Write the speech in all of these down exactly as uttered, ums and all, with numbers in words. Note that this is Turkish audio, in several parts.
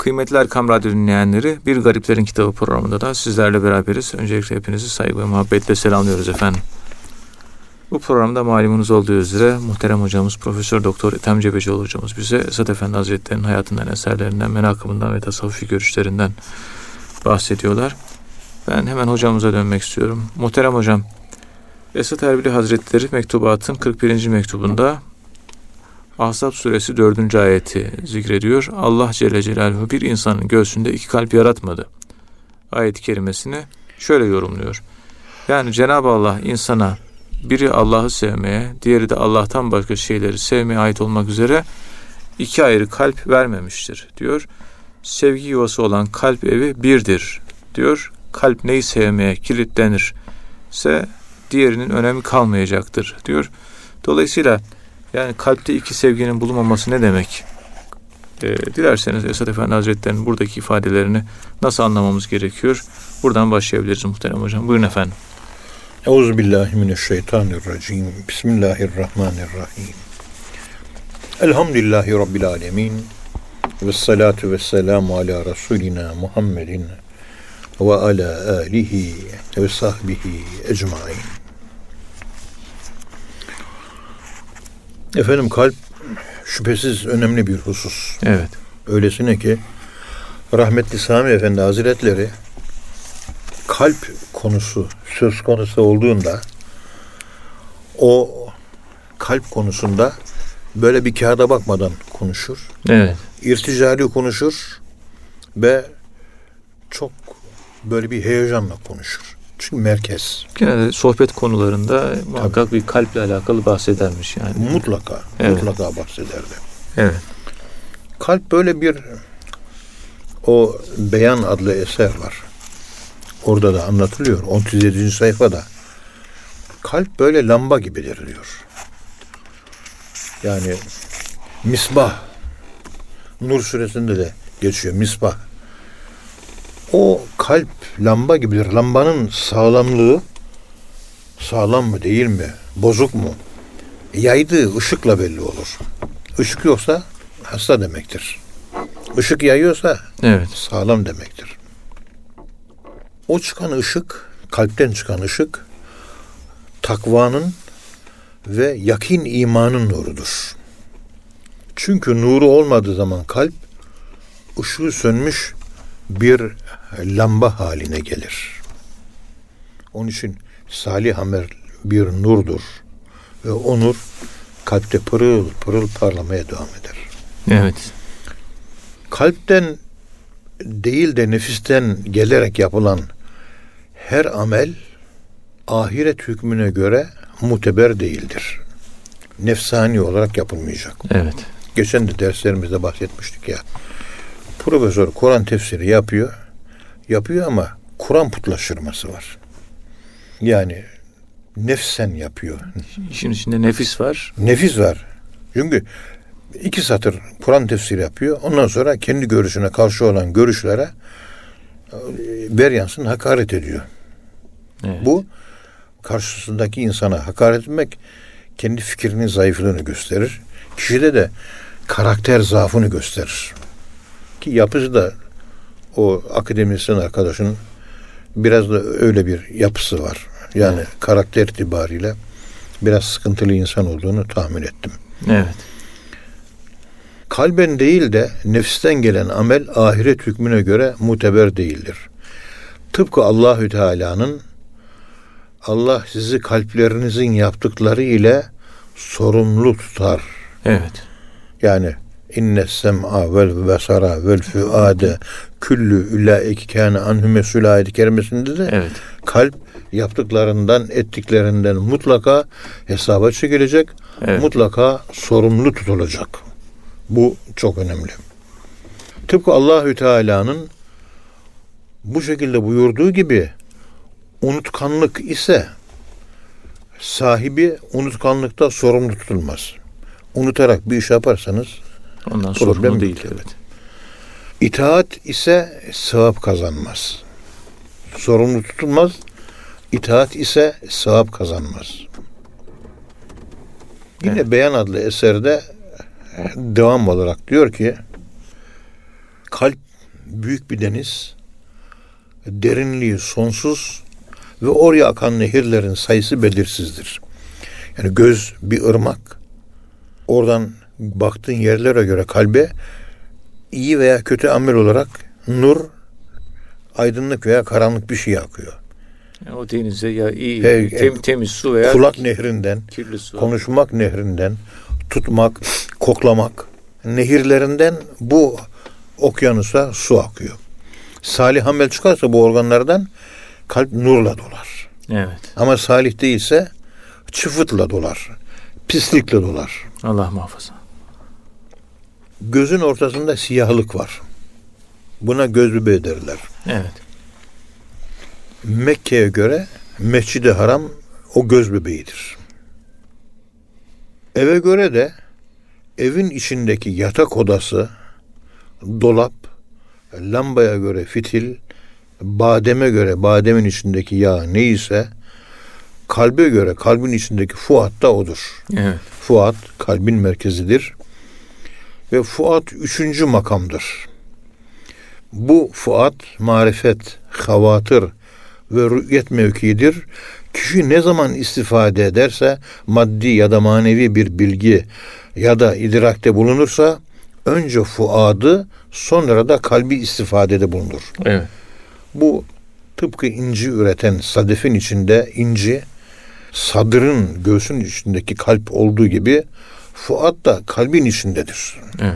Kıymetli Erkam Radyo dinleyenleri, Bir Gariplerin Kitabı programında da sizlerle beraberiz. Öncelikle hepinizi saygı ve muhabbetle selamlıyoruz efendim. Bu programda malumunuz olduğu üzere muhterem hocamız Profesör Doktor Ethem Cebecioğlu hocamız bize Esad Efendi Hazretleri'nin hayatından, eserlerinden, menakımından ve tasavvufi görüşlerinden bahsediyorlar. Ben hemen hocamıza dönmek istiyorum. Muhterem hocam, Esad Erbili Hazretleri mektubatın kırk birinci mektubunda Ahzab suresi dördüncü ayeti zikrediyor. Allah Celle Celaluhu bir insanın göğsünde iki kalp yaratmadı ayet-i kerimesini şöyle yorumluyor. Yani Cenab-ı Allah insana biri Allah'ı sevmeye, diğeri de Allah'tan başka şeyleri sevmeye ait olmak üzere iki ayrı kalp vermemiştir diyor. Sevgi yuvası olan kalp evi birdir diyor. Kalp neyi sevmeye kilitlenirse diğerinin önemi kalmayacaktır diyor. Dolayısıyla yani kalpte iki sevginin bulunmaması ne demek? Ee, dilerseniz Esad Efendi Hazretleri'nin buradaki ifadelerini nasıl anlamamız gerekiyor? Buradan başlayabiliriz muhterem hocam. Buyurun efendim. Euzubillahimineşşeytanirracim. Bismillahirrahmanirrahim. Elhamdülillahi Rabbil alemin. Vessalatu vesselamu ala Resulina Muhammedin ve ala alihi ve sahbihi ecmain. Efendim, kalp şüphesiz önemli bir husus. Evet. Öylesine ki rahmetli Sami Efendi Hazretleri kalp konusu söz konusu olduğunda o kalp konusunda böyle bir kağıda bakmadan konuşur. Evet. İrticali konuşur ve çok böyle bir heyecanla konuşur. Çünkü merkez. Genelde sohbet konularında muhakkak Tabii. bir kalple alakalı bahsedermiş yani. Mutlaka. Evet. Mutlaka bahsederdi. Evet. Kalp böyle bir o Beyan adlı eser var. Orada da anlatılıyor. otuz yedinci sayfada. Kalp böyle lamba gibidir diyor. Yani misbah. Nur suresinde de geçiyor misbah. O kalp lamba gibidir. Lambanın sağlamlığı sağlam mı değil mi? Bozuk mu? Yaydığı ışıkla belli olur. Işık yoksa hasta demektir. Işık yayıyorsa evet. sağlam demektir. O çıkan ışık, kalpten çıkan ışık takvanın ve yakin imanın nurudur. Çünkü nuru olmadığı zaman kalp ışığı sönmüş bir lamba haline gelir. Onun için salih amel bir nurdur ve o nur kalpte pırıl pırıl parlamaya devam eder. Evet. Kalpten değil de nefisten gelerek yapılan her amel ahiret hükmüne göre muteber değildir. Nefsani olarak yapılmayacak. Evet. Geçen de derslerimizde bahsetmiştik ya. Profesör Kur'an tefsiri yapıyor. Yapıyor ama Kur'an putlaştırması var. Yani nefsen yapıyor. İşin içinde nefis var. Nefis var. Çünkü iki satır Kur'an tefsiri yapıyor. Ondan sonra kendi görüşüne karşı olan görüşlere beryansın hakaret ediyor. Evet. Bu karşısındaki insana hakaret etmek kendi fikrinin zayıflığını gösterir. Kişide de karakter zaafını gösterir. Ki yapısı da o akademisyen arkadaşın biraz da öyle bir yapısı var. Yani evet. karakter itibariyle biraz sıkıntılı insan olduğunu tahmin ettim. Evet. Kalben değil de nefisten gelen amel ahiret hükmüne göre muteber değildir. Tıpkı Allahü Teala'nın Allah sizi kalplerinizin yaptıkları ile sorumlu tutar. Evet. Yani inne sem'a vel besara vel fuade küllü ulaike kâne anhu mesûl ayet-i kerimesinde de evet. kalp yaptıklarından, ettiklerinden mutlaka hesaba çekilecek, evet. mutlaka sorumlu tutulacak. Bu çok önemli. Tıpkı Allahü Teala'nın bu şekilde buyurduğu gibi unutkanlık ise sahibi unutkanlıkta sorumlu tutulmaz. Unutarak bir iş yaparsanız ondan sorumlu değil. Evet. İtaat ise sevap kazanmaz. Sorumlu tutulmaz. İtaat ise sevap kazanmaz. Yine evet. Beyan adlı eserde devam olarak diyor ki kalp büyük bir deniz, derinliği sonsuz ve oraya akan nehirlerin sayısı belirsizdir. Yani göz bir ırmak, oradan baktığın yerlere göre kalbe iyi veya kötü amel olarak nur, aydınlık veya karanlık bir şey akıyor. Yani o denize ya iyi He, tem, temiz su veya kulak nehrinden, kirli su, konuşmak nehrinden, tutmak, koklamak nehirlerinden bu okyanusa su akıyor. Salih amel çıkarsa bu organlardan kalp nurla dolar. Evet. Ama salih değilse çıfıtla dolar, pislikle dolar. Allah muhafaza. Gözün ortasında siyahlık var. Buna göz bebeği derler. Evet. Mekke'ye göre Mescid-i Haram o göz bebeğidir. Eve göre de evin içindeki yatak odası, dolap, lambaya göre fitil, bademe göre bademin içindeki yağ neyse, kalbe göre kalbin içindeki fuat da odur. Evet. Fuat kalbin merkezidir. Ve fuat üçüncü makamdır. Bu fuat, marifet, havatır ve rü'yet mevkiidir. Kişi ne zaman istifade ederse, maddi ya da manevi bir bilgi ya da idrakte bulunursa, önce fuadı, sonra da kalbi istifadede bulunur. Evet. Bu tıpkı inci üreten sadefin içinde inci, sadrın, göğsün içindeki kalp olduğu gibi, fuat da kalbin içindedir. Evet.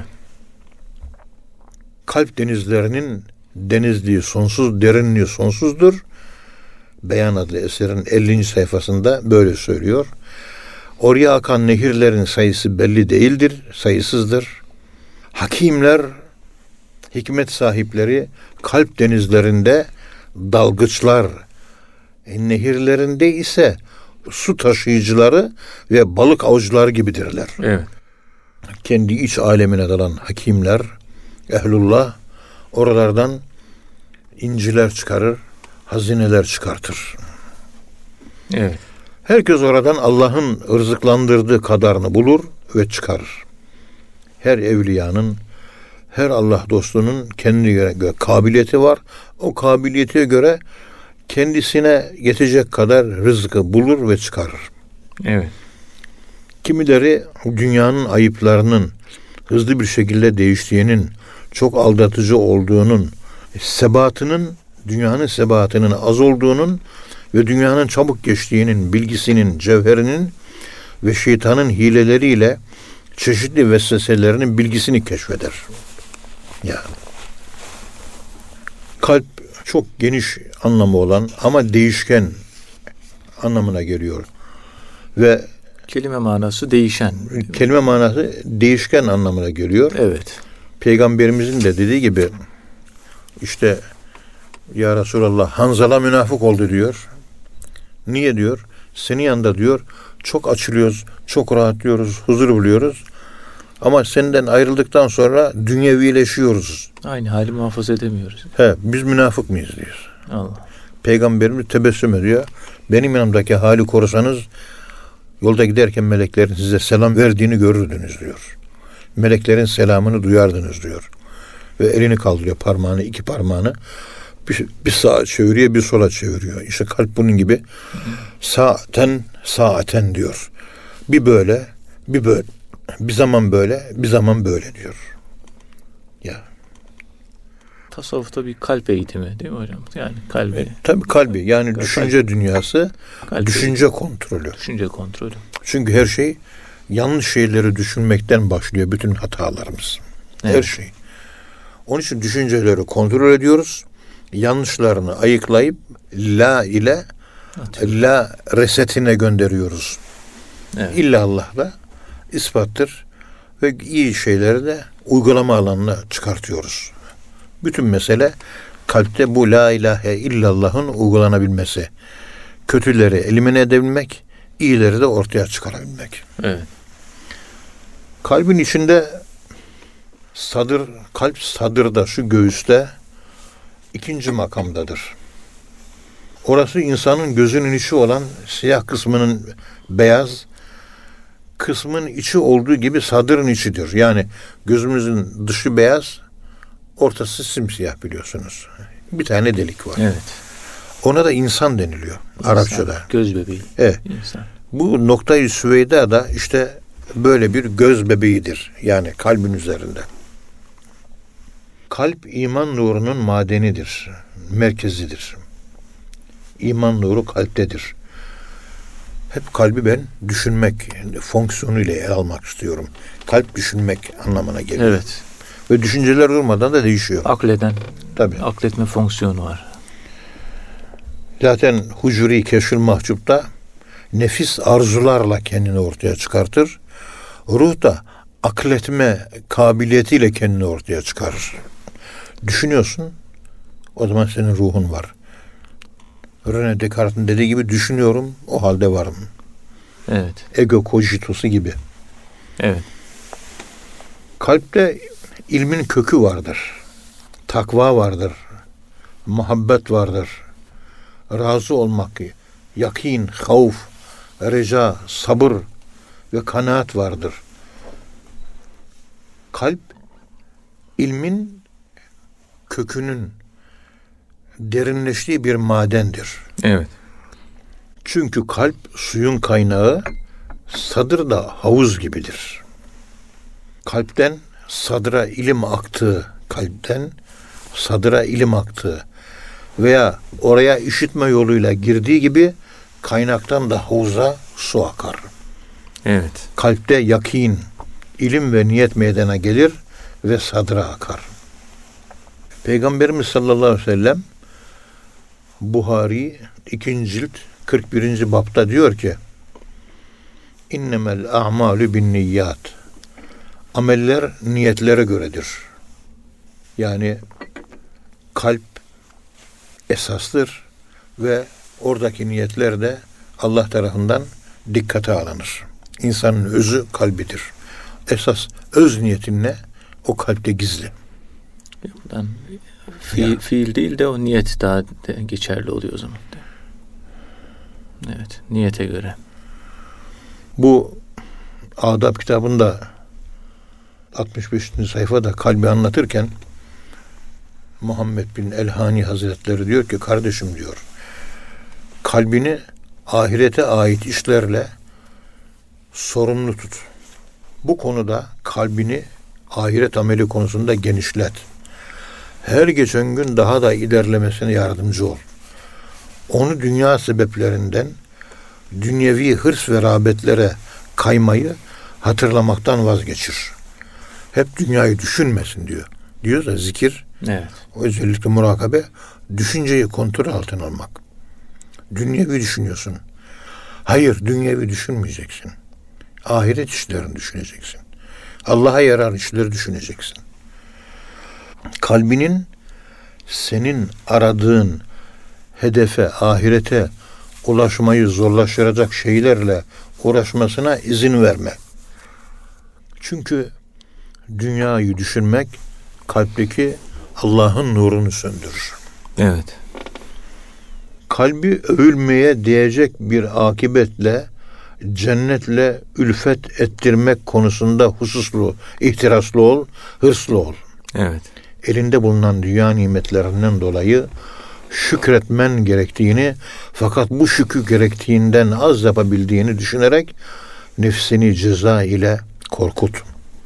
Kalp denizlerinin denizliği sonsuz, derinliği sonsuzdur. Beyan adlı eserin ellinci sayfasında böyle söylüyor. Oraya akan nehirlerin sayısı belli değildir, sayısızdır. Hakimler, hikmet sahipleri kalp denizlerinde dalgıçlar, e, nehirlerinde ise su taşıyıcıları ve balık avcıları gibidirler. Evet. Kendi iç alemine dalan hakimler, ehlullah oralardan inciler çıkarır, hazineler çıkartır. Evet. Herkes oradan Allah'ın rızıklandırdığı kadarını bulur ve çıkarır. Her evliyanın, her Allah dostunun kendine göre kabiliyeti var. O kabiliyete göre kendisine yetecek kadar rızkı bulur ve çıkarır. Evet. Kimileri dünyanın ayıplarının hızlı bir şekilde değiştiğinin, çok aldatıcı olduğunun, sebatının, dünyanın sebatının az olduğunun ve dünyanın çabuk geçtiğinin bilgisinin, cevherinin ve şeytanın hileleriyle çeşitli vesveselerinin bilgisini keşfeder. Yani kalp çok geniş anlamı olan ama değişken anlamına geliyor. Ve kelime manası değişen. Kelime manası değişken anlamına geliyor. Evet. Peygamberimizin de dediği gibi işte ya Resulallah Hanzala münafık oldu diyor. Niye diyor? Senin yanında diyor çok açılıyoruz, çok rahatlıyoruz, huzur buluyoruz. Ama senden ayrıldıktan sonra dünyevileşiyoruz. Aynı hali muhafaza edemiyoruz. He, biz münafık mıyız diyor. Allah. Peygamberimiz tebessüm ediyor. Benim yanımdaki hali korusanız yolda giderken meleklerin size selam verdiğini görürdünüz diyor. Meleklerin selamını duyardınız diyor. Ve elini kaldırıyor, parmağını, iki parmağını. Bir, bir sağa çeviriyor, bir sola çeviriyor. İşte kalp bunun gibi. Saaten, saaten diyor. Bir böyle, bir böyle. Bir zaman böyle, bir zaman böyle diyor. Ya. Tasavvufta bir kalp eğitimi değil mi hocam? Yani kalbi. E, tabii kalbi. Yani kalp, düşünce dünyası, kalbi, düşünce kontrolü. Düşünce kontrolü. Çünkü her şey yanlış şeyleri düşünmekten başlıyor bütün hatalarımız. Evet. Her şey. Onun için düşünceleri kontrol ediyoruz. Yanlışlarını ayıklayıp la ile Atıyor. la resetine gönderiyoruz. Evet. İllallah'la ispattır ve iyi şeyleri de uygulama alanına çıkartıyoruz. Bütün mesele kalpte bu la ilahe illallah'ın uygulanabilmesi. Kötüleri elimine edebilmek, iyileri de ortaya çıkarabilmek. Evet. Kalbin içinde sadır, kalp sadırda, şu göğüste ikinci makamdadır. Orası insanın gözünün içi olan siyah kısmının beyaz, kısmın içi olduğu gibi sadırın içidir. Yani gözümüzün dışı beyaz, ortası simsiyah biliyorsunuz. Bir tane delik var. Evet. Ona da insan deniliyor İnsan, Arapçada. Göz bebeği. Evet. İnsan. Bu noktayı Süveyda da işte böyle bir göz bebeğidir. Yani kalbin üzerinde. Kalp iman nurunun madenidir. Merkezidir. İman nuru kalptedir. Hep kalbi ben düşünmek fonksiyonuyla ele almak istiyorum. Kalp düşünmek anlamına geliyor. Evet. Ve düşünceler durmadan da değişiyor. Akleden. Tabii. Akletme fonksiyonu var. Zaten Hucuri Keşfül Mahcub'da nefis arzularla kendini ortaya çıkartır. Ruh da akletme kabiliyetiyle kendini ortaya çıkarır. Düşünüyorsun, o zaman senin ruhun var. René Descartes'in dediği gibi düşünüyorum, o halde varım. Evet. Ego cogitosu gibi. Evet. Kalpte ilmin kökü vardır. Takva vardır. Muhabbet vardır. Razı olmak, yakin, havf, reca, sabır ve kanaat vardır. Kalp, ilmin kökünün derinleştiği bir madendir. Evet. Çünkü kalp suyun kaynağı, sadır da havuz gibidir. Kalpten sadıra ilim aktığı, kalpten sadıra ilim aktığı veya oraya işitme yoluyla girdiği gibi kaynaktan da havuza su akar. Evet. Kalpte yakin, ilim ve niyet meydana gelir ve sadıra akar. Peygamberimiz sallallahu aleyhi ve sellem Buhari ikinci cilt kırk birinci bapta diyor ki: İnnemel a'malu bin niyyat. Ameller niyetlere göredir. Yani kalp esastır ve oradaki niyetler de Allah tarafından dikkate alınır. İnsanın özü kalbidir. Esas öz niyetin ne? O kalpte gizli. Buradan fiil, fiil değil de o niyet daha de geçerli oluyor o zaman. Evet, niyete göre. Bu Adab kitabında altmış beşinci sayfada kalbi anlatırken Muhammed bin Elhani Hazretleri diyor ki, kardeşim diyor, kalbini ahirete ait işlerle sorumlu tut. Bu konuda kalbini ahiret ameli konusunda genişlet. Her geçen gün daha da ilerlemesine yardımcı ol. Onu dünya sebeplerinden dünyevi hırs ve rağbetlere kaymayı hatırlamaktan vazgeçir. Hep dünyayı düşünmesin diyor. Diyor da zikir, evet. Özellikle murakabe, düşünceyi kontrol altına almak. Dünyevi düşünüyorsun. Hayır, dünyevi düşünmeyeceksin. Ahiret işlerini düşüneceksin. Allah'a yarar işleri düşüneceksin. Kalbinin senin aradığın hedefe, ahirete ulaşmayı zorlaştıracak şeylerle uğraşmasına izin verme. Çünkü dünyayı düşünmek kalpteki Allah'ın nurunu söndürür. Evet. Kalbi övülmeye değecek bir akibetle cennetle ülfet ettirmek konusunda hususlu, ihtiraslı ol, hırslı ol. Evet. Elinde bulunan dünya nimetlerinden dolayı şükretmen gerektiğini, fakat bu şükür gerektiğinden az yapabildiğini düşünerek nefsini ceza ile korkut.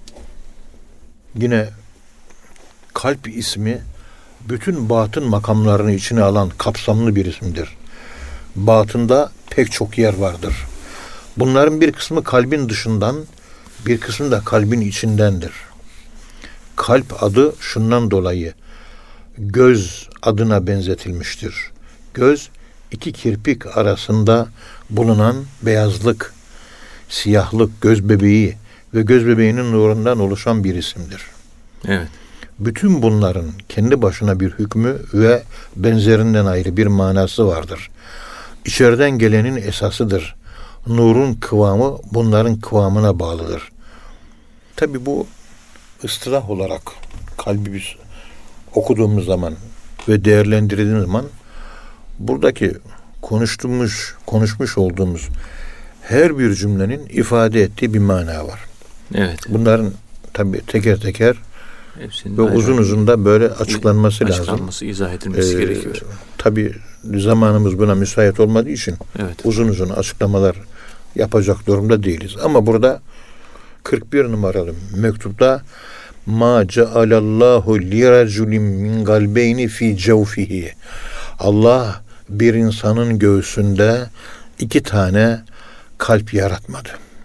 Yine kalp ismi bütün batın makamlarını içine alan kapsamlı bir isimdir. Batında pek çok yer vardır. Bunların bir kısmı kalbin dışından, bir kısmı da kalbin içindendir. Kalp adı şundan dolayı göz adına benzetilmiştir. Göz, iki kirpik arasında bulunan beyazlık, siyahlık, göz bebeği ve göz bebeğinin nurundan oluşan bir isimdir. Evet. Bütün bunların kendi başına bir hükmü ve benzerinden ayrı bir manası vardır. İçeriden gelenin esasıdır. Nurun kıvamı bunların kıvamına bağlıdır. Tabi bu ıstılah olarak kalbi biz okuduğumuz zaman ve değerlendirdiğimiz zaman buradaki konuştuğumuz, konuşmuş olduğumuz her bir cümlenin ifade ettiği bir mana var. Evet. Bunların tabi teker teker Hepsinin ve uzun uzun da böyle açıklanması, açıklanması lazım. izah edilmesi ee, gerekiyor. Tabii zamanımız buna müsait olmadığı için evet. uzun uzun açıklamalar yapacak durumda değiliz. Ama burada kırk bir numaralı mektupta ma cealallahu li raculin min galbeyni fi cevfihi. Allah bir insanın göğsünde iki tane kalp yaratmadı.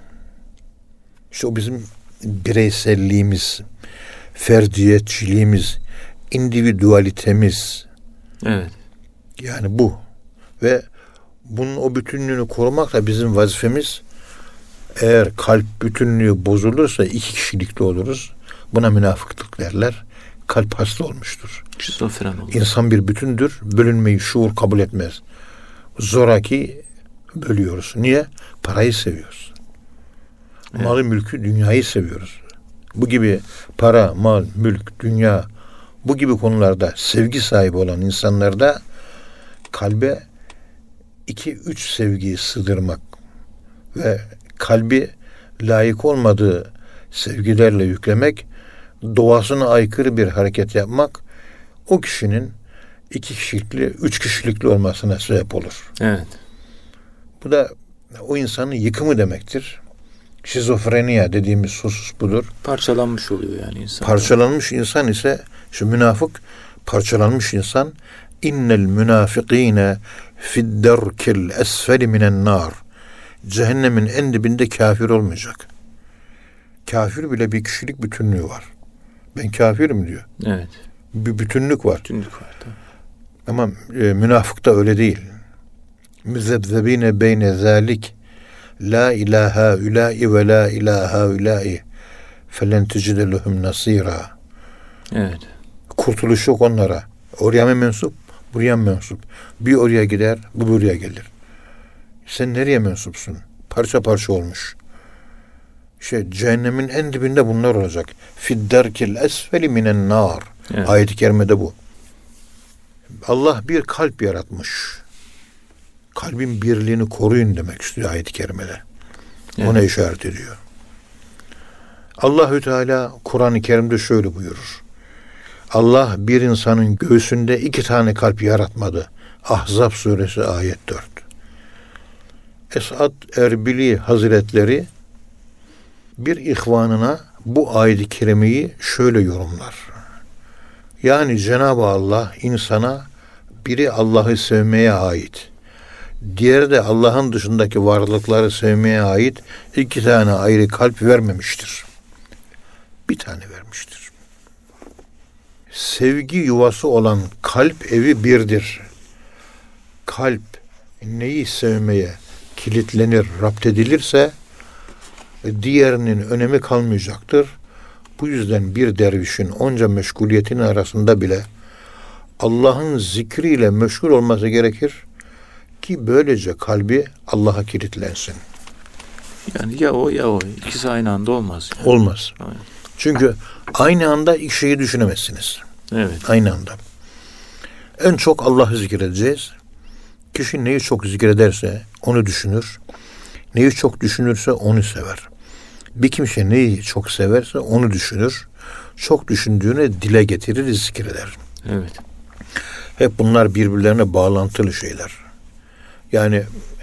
İşte o bizim bireyselliğimiz, ferdiyetçiliğimiz, individualitemiz. Evet. Yani bu. Ve bunun o bütünlüğünü korumak da bizim vazifemiz. Eğer kalp bütünlüğü bozulursa iki kişilikli oluruz. Buna münafıklık derler. Kalp hasta olmuştur. Şizofren olur. İnsan bir bütündür. Bölünmeyi şuur kabul etmez. Zoraki bölüyoruz. Niye? Parayı seviyoruz. Evet. Malı, mülkü, dünyayı seviyoruz. Bu gibi para, mal, mülk, dünya, bu gibi konularda sevgi sahibi olan insanlarda kalbe iki üç sevgiyi sığdırmak ve kalbi layık olmadığı sevgilerle yüklemek, doğasına aykırı bir hareket yapmak o kişinin iki kişilikli, üç kişilikli olmasına sebep olur. Evet. Bu da o insanın yıkımı demektir. Şizofrenia dediğimiz husus budur. Parçalanmış oluyor yani insan. Parçalanmış insan ise, şu münafık parçalanmış insan, innel münafikine fidderkil esfeli minen nar. Cehennemin en dibinde kafir olmayacak. Kafir bile bir kişilik bütünlüğü var. Ben kafirim diyor. Evet. Bir bütünlük var. Bütünlük var. Tabii. Ama e, münafık da öyle değil. Müzebzebine beyne zalik. La ilaha ula'i ve la ilaha ula'i felen tecide lehum nasira. Evet. Kurtuluş yok onlara. Oraya mı mensup? Buraya mı mensup? Bir oraya gider, bu buraya gelir. Sen nereye mensupsun? Parça parça olmuş. Şey, cehennemin en dibinde bunlar olacak. Fidderkil esfeli minen nar. Evet. Ayet-i kerimede bu. Allah bir kalp yaratmış. Kalbin birliğini koruyun demek istiyor ayet-i kerimede. Evet. Ona işaret ediyor. Allahü Teala Kur'an-ı Kerim'de şöyle buyurur. Allah bir insanın göğsünde iki tane kalp yaratmadı. Ahzab suresi ayet dört. Esad Erbili Hazretleri bir ihvanına bu ayet-i kerimeyi şöyle yorumlar. Yani Cenab-ı Allah insana biri Allah'ı sevmeye ait, diğeri de Allah'ın dışındaki varlıkları sevmeye ait iki tane ayrı kalp vermemiştir. Bir tane vermiştir. Sevgi yuvası olan kalp evi birdir. Kalp neyi sevmeye kilitlenir, rapt edilirse diğerinin önemi kalmayacaktır. Bu yüzden bir dervişin onca meşguliyetin arasında bile Allah'ın zikriyle meşgul olması gerekir ki böylece kalbi Allah'a kilitlensin. Yani ya o ya o. İkisi aynı anda olmaz. Yani. Olmaz. Evet. Çünkü aynı anda iki şeyi düşünemezsiniz. Evet. Aynı anda. En çok Allah'ı zikredeceğiz. Kişi neyi çok zikrederse onu düşünür. Neyi çok düşünürse onu sever. Bir kimse neyi çok severse onu düşünür. Çok düşündüğünü dile getirir, zikreder. Evet. Hep bunlar birbirlerine bağlantılı şeyler. Yani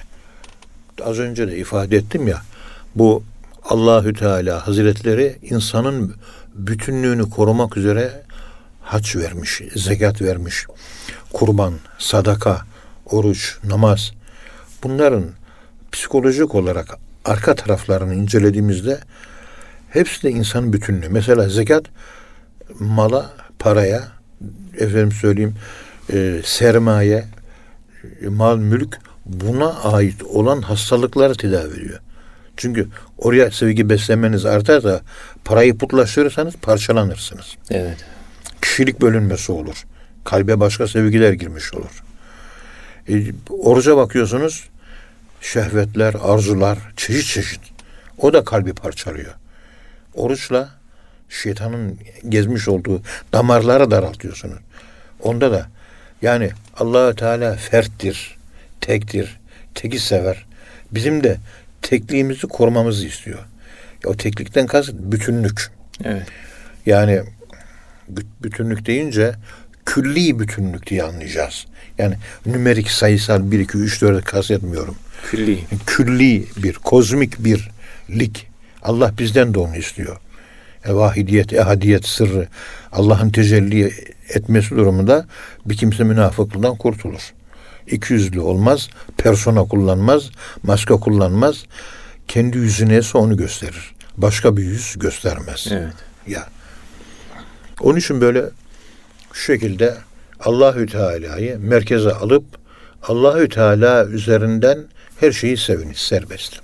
az önce de ifade ettim ya, bu Allahü Teala Hazretleri insanın bütünlüğünü korumak üzere hac vermiş, zekat vermiş, kurban, sadaka, oruç, namaz. Bunların psikolojik olarak arka taraflarını incelediğimizde hepsi de insanın bütünlüğü. Mesela zekat mala, paraya, efendim söyleyeyim, e, sermaye, mal, mülk, buna ait olan hastalıkları tedavi ediyor. Çünkü oraya sevgi beslemeniz artarsa, parayı putlaştırırsanız parçalanırsınız. Evet. Kişilik bölünmesi olur. Kalbe başka sevgiler girmiş olur. E, oruca bakıyorsunuz, şehvetler, arzular, çeşit çeşit. O da kalbi parçalıyor. Oruçla şeytanın gezmiş olduğu damarları daraltıyorsunuz. Onda da yani Allah-u Teala ferttir, tektir, teki sever. Bizim de tekliğimizi korumamızı istiyor. O teklikten kasıt bütünlük. Evet. Yani bütünlük deyince külli bütünlük diye anlayacağız. Yani nümerik, sayısal bir, iki, üç, dört'ü kastetmiyorum. Külli. Külli bir, kozmik bir lik. Allah bizden de onu istiyor. E, vahidiyet, ehadiyet sırrı Allah'ın tecelli etmesi durumunda bir kimse münafıklıktan kurtulur. İkiyüzlü olmaz, persona kullanmaz, maske kullanmaz. Kendi yüzü neyse onu gösterir. Başka bir yüz göstermez. Evet. Ya. Onun için böyle şu şekilde Allahü Teala'yı merkeze alıp Allahü Teala üzerinden her şeyi seviniz, serbest.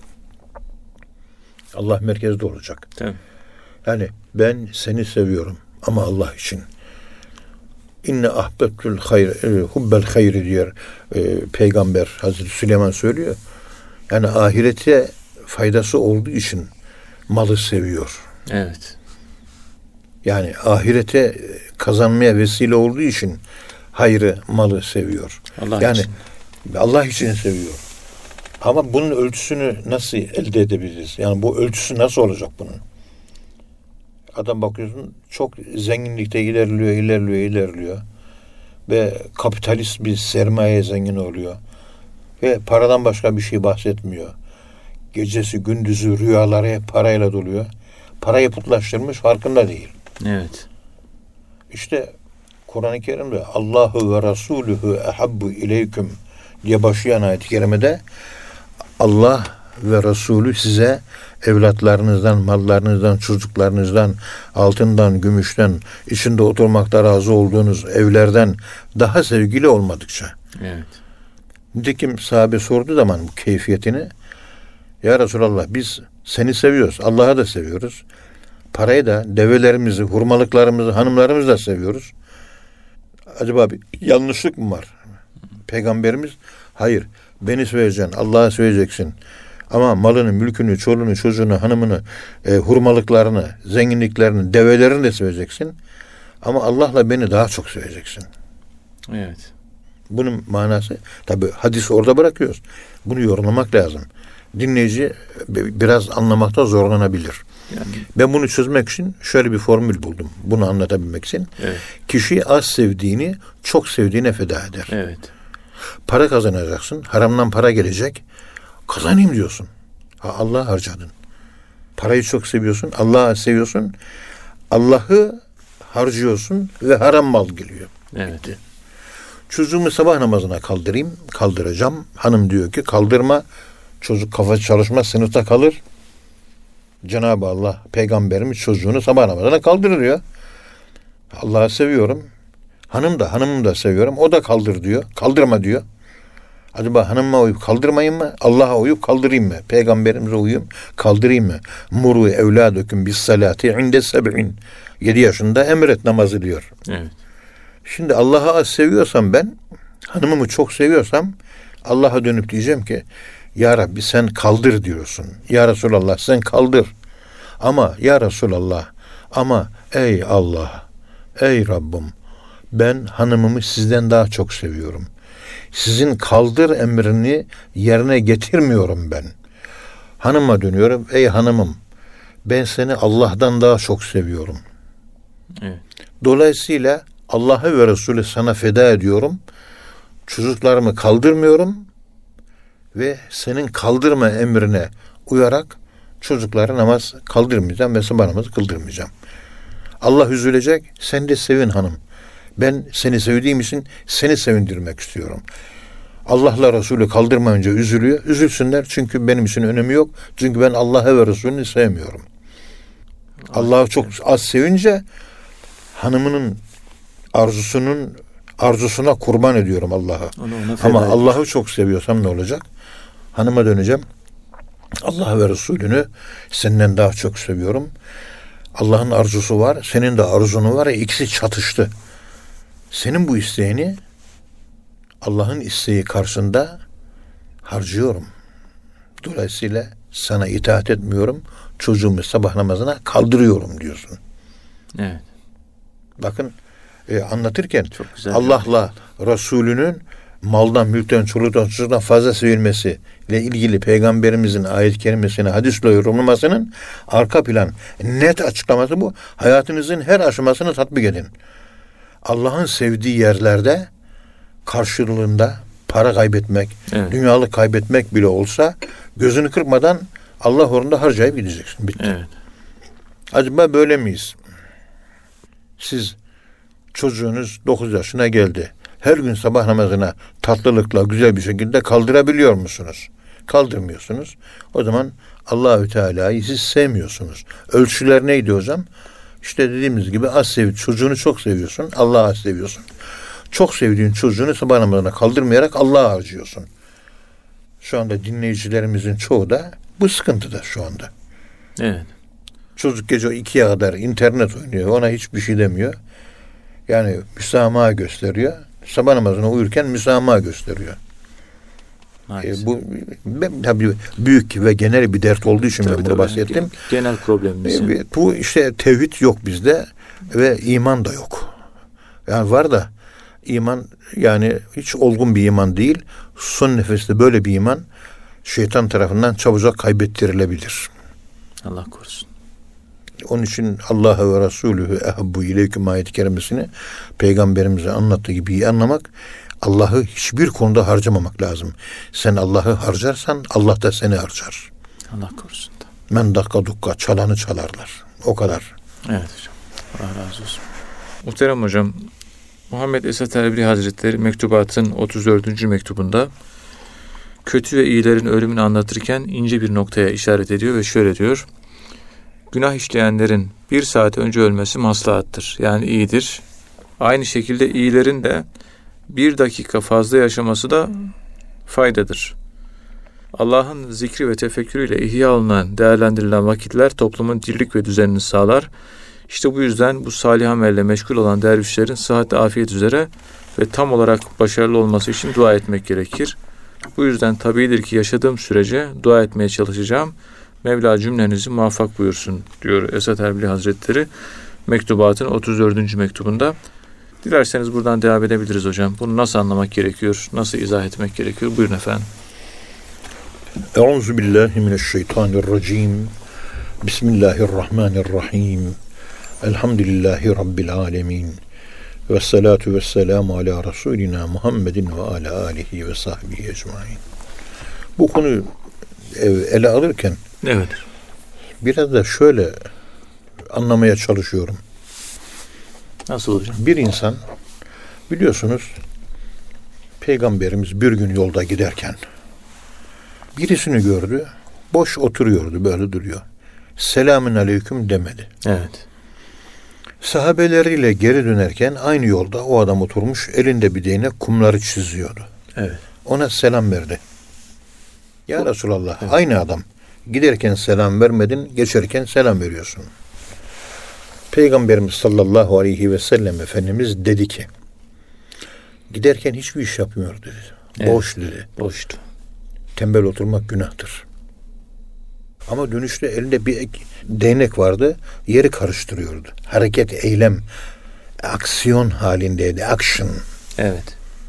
Allah merkezde olacak. Tabii. Yani ben seni seviyorum ama Allah için. İnne ahbetül hayr, hubbel hayri diyor e, Peygamber Hazreti Süleyman söylüyor. Yani ahirete faydası olduğu için malı seviyor. Evet. Yani ahirete kazanmaya vesile olduğu için hayrı, malı seviyor. Allah yani için. Allah için seviyor. Ama bunun ölçüsünü nasıl elde edebiliriz? Yani bu ölçüsü nasıl olacak bunun? Adam bakıyorsun çok zenginlikte ilerliyor, ilerliyor, ilerliyor. Ve kapitalist bir sermaye zengin oluyor. Ve paradan başka bir şey bahsetmiyor. Gecesi, gündüzü, rüyaları hep parayla doluyor. Parayı putlaştırmış, farkında değil. Evet. İşte Kur'an-ı Kerim'de Allahu ve Rasuluhu ehabbu ileyküm diye başlayan ayet-i kerimede Allah ve Resulü size evlatlarınızdan, mallarınızdan, çocuklarınızdan, altından, gümüşten, içinde oturmakta razı olduğunuz evlerden daha sevgili olmadıkça. Evet. Nitekim sahabe sorduğu zaman bu keyfiyetini, ya Resulallah biz seni seviyoruz, Allah'ı da seviyoruz. Parayı da, develerimizi, hurmalıklarımızı, hanımlarımızı da seviyoruz. Acaba bir yanlışlık mı var? Peygamberimiz, hayır, beni seveceksin, Allah'ı seveceksin. Ama malını, mülkünü, çoluğunu, çocuğunu, hanımını, e, hurmalıklarını, zenginliklerini, develerini de seveceksin. Ama Allah'la beni daha çok seveceksin. Evet. Bunun manası, tabii hadisi orada bırakıyoruz. Bunu yorumlamak lazım. Dinleyici biraz anlamakta zorlanabilir. Yani. Ben bunu çözmek için şöyle bir formül buldum. Bunu anlatabilmek için. Evet. Kişi az sevdiğini, çok sevdiğine feda eder. Evet. Para kazanacaksın. Haramdan para gelecek. Kazanayım diyorsun. Ha, Allah harcadın. Parayı çok seviyorsun. Allah'ı seviyorsun. Allah'ı harcıyorsun ve haram mal geliyor. Evet. Çocuğumu sabah namazına kaldırayım. Kaldıracağım. Hanım diyor ki kaldırma. Çocuk kafa çalışmaz, sınıfta kalır. Cenab-ı Allah peygamberimiz çocuğunu sabah namazına kaldırır diyor. Allah'ı seviyorum. Hanım da hanımı da seviyorum. O da kaldır diyor. Kaldırma diyor. Acaba hanıma uyup kaldırmayayım mı? Allah'a uyup kaldırayım mı? Peygamberimize uyuyup kaldırayım mı? Muru evladüküm bis salati inde seb'in. Yedi yaşında emret namazı diyor. Evet. Şimdi Allah'ı az seviyorsam ben, hanımımı çok seviyorsam Allah'a dönüp diyeceğim ki ya Rabbi sen kaldır diyorsun. Ya Resulallah sen kaldır. Ama ya Resulallah ama ey Allah, ey Rabbim ben hanımımı sizden daha çok seviyorum. Sizin kaldır emrini yerine getirmiyorum ben. Hanıma dönüyorum. Ey hanımım ben seni Allah'tan daha çok seviyorum. Evet. Dolayısıyla Allah'ı ve Resulü sana feda ediyorum. Çocuklarımı kaldırmıyorum ve senin kaldırma emrine uyarak çocuklara namaz kaldırmayacağım ve sabah namazı kıldırmayacağım. Allah üzülecek, sen de sevin hanım. Ben seni sevdiğim için seni sevindirmek istiyorum. Allah'la Resulü kaldırmayınca üzülüyor. Üzülsünler çünkü benim için önemi yok. Çünkü ben Allah'ı ve Resulünü sevmiyorum. Allah'ı çok az sevince hanımının arzusunun arzusuna kurban ediyorum Allah'ı. Ama Allah'ı çok seviyorsam ne olacak? Hanıma döneceğim. Allah ve Resulünü senden daha çok seviyorum. Allah'ın arzusu var, senin de arzunu var. İkisi çatıştı. Senin bu isteğini Allah'ın isteği karşısında harcıyorum. Dolayısıyla sana itaat etmiyorum. Çocuğumu sabah namazına kaldırıyorum diyorsun. Evet. Bakın e, anlatırken Allah'la Resulünün maldan, mülkten, çoluktan, çocuktan fazla sevilmesi ile ilgili Peygamberimizin ayet-i kerimesini hadisle yorumlamasının arka plan net açıklaması bu. Hayatınızın her aşamasını tatbik edin. Allah'ın sevdiği yerlerde karşılığında para kaybetmek, evet. dünyalık kaybetmek bile olsa gözünü kırpmadan Allah uğrunda harcayıp gideceksin. Bitti. Evet. Acaba böyle miyiz? Siz çocuğunuz dokuz yaşına geldi. Her gün sabah namazına tatlılıkla güzel bir şekilde kaldırabiliyor musunuz? Kaldırmıyorsunuz. O zaman Allahü Teala'yı siz sevmiyorsunuz. Ölçüler neydi hocam? İşte dediğimiz gibi az sev, çocuğunu çok seviyorsun, Allah'ı az seviyorsun. Çok sevdiğin çocuğunu sabah namazına kaldırmayarak Allah'a harcıyorsun. Şu anda dinleyicilerimizin çoğu da bu sıkıntıda şu anda. Evet. Çocuk gece ikiye kadar internet oynuyor. Ona hiçbir şey demiyor. Yani müsamaha gösteriyor. Sabah namazına uyurken müsamaha gösteriyor. E, bu tabii büyük ve genel bir dert olduğu için tabii, ben bunu tabii. bahsettim. Genel problemimiz. E, bu işte tevhid yok bizde ve iman da yok. Yani var da iman yani hiç olgun bir iman değil. Son nefeste böyle bir iman şeytan tarafından çabucak kaybettirilebilir. Allah korusun. Onun için Allah ve Resulühü ehabbu ileyküm ayet-i kerimesini Peygamberimize anlattığı gibi iyi anlamak, Allah'ı hiçbir konuda harcamamak lazım. Sen Allah'ı harcarsan Allah da seni harcar. Allah korusun. Men dakika dukka çalanı çalarlar. O kadar. Evet hocam. Allah razı olsun. Muhterem hocam, Muhammed Esat Erbil Hazretleri Mektubat'ın otuz dördüncü mektubunda kötü ve iyilerin ölümünü anlatırken ince bir noktaya işaret ediyor ve şöyle diyor. Günah işleyenlerin bir saat önce ölmesi maslahattır. Yani iyidir. Aynı şekilde iyilerin de bir dakika fazla yaşaması da faydadır. Allah'ın zikri ve tefekkürüyle ihya olunan, değerlendirilen vakitler toplumun dirlik ve düzenini sağlar. İşte bu yüzden bu salih amelle meşgul olan dervişlerin sıhhat ve afiyet üzere ve tam olarak başarılı olması için dua etmek gerekir. Bu yüzden tabiidir ki yaşadığım sürece dua etmeye çalışacağım. Mevla cümlenizi muvaffak buyursun diyor Esat Erbil Hazretleri Mektubat'ın otuz dördüncü mektubunda. Dilerseniz buradan devam edebiliriz hocam. Bunu nasıl anlamak gerekiyor? Nasıl izah etmek gerekiyor? Buyurun efendim. Euzubillahimineşşeytanirracim. Bismillahirrahmanirrahim. Elhamdülillahi Rabbil alemin. Ve salatu ve selamu ala Resulina Muhammedin ve ala alihi ve sahbihi ecmain. Bu konuyu ele alırken evet. biraz da şöyle anlamaya çalışıyorum. Nasıl hocam? Bir insan biliyorsunuz Peygamberimiz bir gün yolda giderken birisini gördü. Boş oturuyordu, böyle duruyor. Selamün aleyküm demedi. Evet. Sahabeleriyle geri dönerken aynı yolda o adam oturmuş, elinde bir değnek kumları çiziyordu. Evet. Ona selam verdi. Ya o, Resulallah, evet. aynı adam. Giderken selam vermedin, geçerken selam veriyorsun. Peygamberimiz sallallahu aleyhi ve sellem Efendimiz dedi ki, giderken hiçbir iş yapmıyor dedi. Evet. Boş dedi. Boştu. Tembel oturmak günahtır. Ama dönüşte elinde bir değnek vardı, yeri karıştırıyordu. Hareket, eylem, aksiyon halindeydi. Action. Evet.